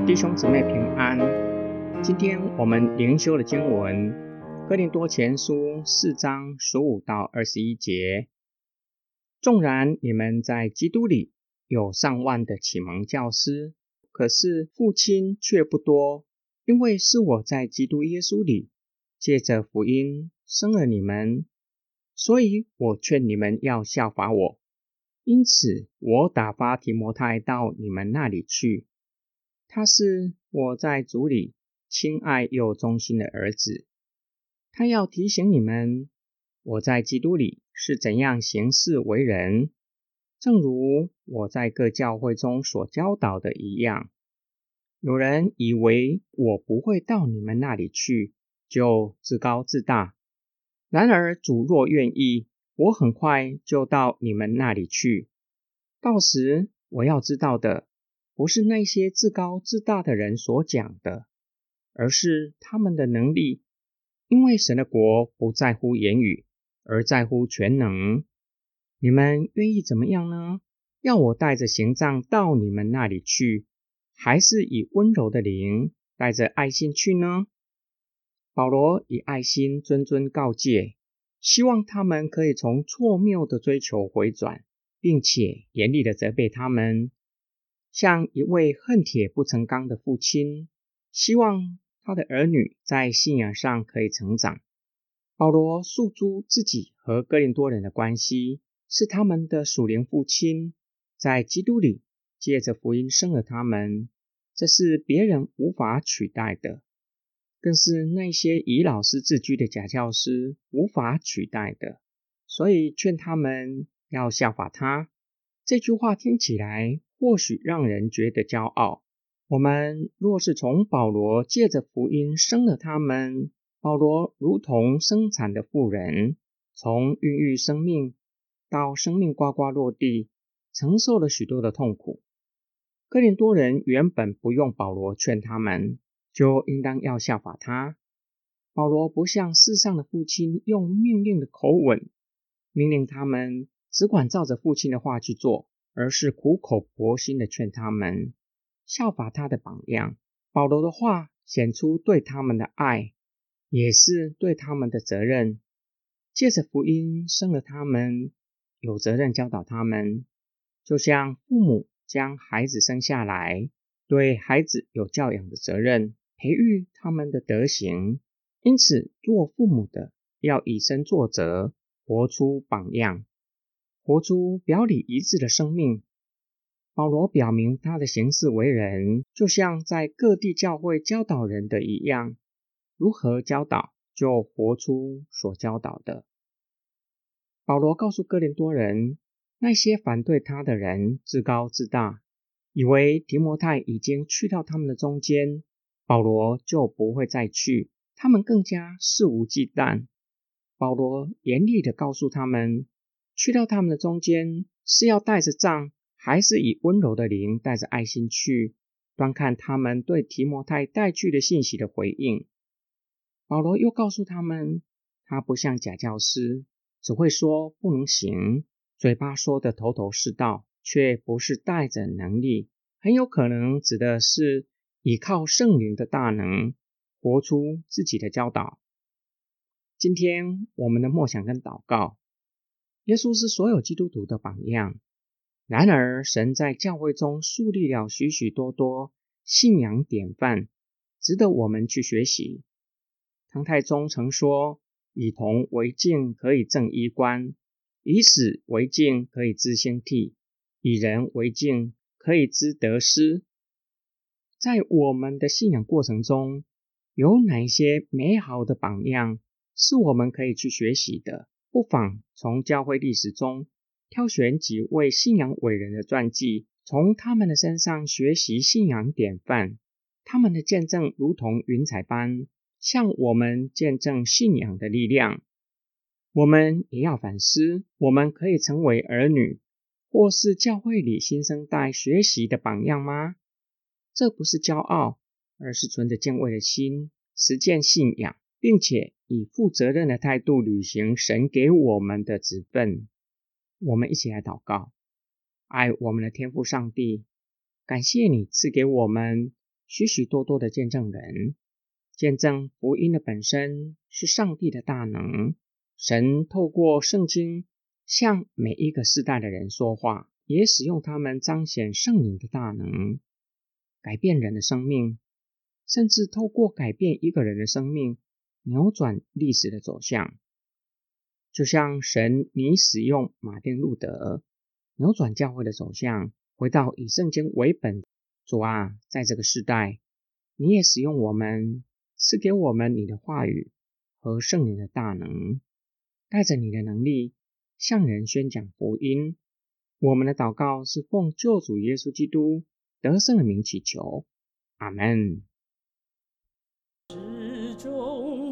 弟兄姊妹平安。今天我们灵修的经文哥林多前书4章15到21节。纵然你们在基督里有上万的启蒙教师，可是父亲却不多，因为是我在基督耶稣里借着福音生了你们，所以我劝你们要效法我。因此我打发提摩太到你们那里去，他是我在主里亲爱又忠心的儿子，他要提醒你们，我在基督里是怎样行事为人，正如我在各教会中所教导的一样。有人以为我不会到你们那里去，就自高自大。然而主若愿意，我很快就到你们那里去。到时我要知道的，不是那些自高自大的人所讲的，而是他们的能力，因为神的国不在乎言语，而在乎全能。你们愿意怎么样呢？要我带着刑杖到你们那里去，还是以温柔的灵带着爱心去呢？保罗以爱心谆谆告诫，希望他们可以从错谬的追求回转，并且严厉地责备他们，像一位恨铁不成钢的父亲，希望他的儿女在信仰上可以成长。保罗诉诸自己和哥林多人的关系，是他们的属灵父亲，在基督里借着福音生了他们，这是别人无法取代的，更是那些以老师自居的假教师无法取代的，所以劝他们要效法他。这句话听起来或许让人觉得骄傲。我们若是从保罗借着福音生了他们，保罗如同生产的妇人，从孕育生命到生命呱呱落地，承受了许多的痛苦。哥林多人原本不用保罗劝他们，就应当要效法他。保罗不像世上的父亲用命令的口吻命令他们只管照着父亲的话去做，而是苦口婆心地劝他们效法他的榜样。保罗的话显出对他们的爱，也是对他们的责任。借着福音生了他们，有责任教导他们，就像父母将孩子生下来，对孩子有教养的责任，培育他们的德行。因此做父母的要以身作则，活出榜样，活出表里一致的生命。保罗表明他的行事为人，就像在各地教会教导人的一样，如何教导就活出所教导的。保罗告诉哥林多人，那些反对他的人自高自大，以为提摩太已经去到他们的中间，保罗就不会再去，他们更加肆无忌惮。保罗严厉地告诉他们，去到他们的中间是要带着杖，还是以温柔的灵带着爱心去，端看他们对提摩太带去的信息的回应。保罗又告诉他们，他不像假教师，只会说不能行，嘴巴说的头头是道，却不是带着能力，很有可能指的是依靠圣灵的大能，活出自己的教导。今天我们的默想跟祷告，耶稣是所有基督徒的榜样。然而神在教会中树立了许许多多信仰典范，值得我们去学习。唐太宗曾说，以铜为镜可以正衣冠，以史为镜可以知兴替，以人为镜可以知得失。在我们的信仰过程中，有哪些美好的榜样是我们可以去学习的？不妨从教会历史中挑选几位信仰伟人的传记，从他们的身上学习信仰典范。他们的见证如同云彩般向我们见证信仰的力量。我们也要反思，我们可以成为儿女或是教会里新生代学习的榜样吗？这不是骄傲，而是存着敬畏的心实践信仰，并且以负责任的态度履行神给我们的职分。我们一起来祷告。爱我们的天父上帝，感谢你赐给我们许许多多的见证人。见证福音的本身是上帝的大能，神透过圣经向每一个世代的人说话，也使用他们彰显圣灵的大能，改变人的生命，甚至透过改变一个人的生命，扭转历史的走向。就像神你使用马丁路德扭转教会的走向，回到以圣经为本。主啊，在这个世代，你也使用我们，赐给我们你的话语和圣灵的大能，带着你的能力向人宣讲福音。我们的祷告是奉救主耶稣基督得胜的名祈求，阿们。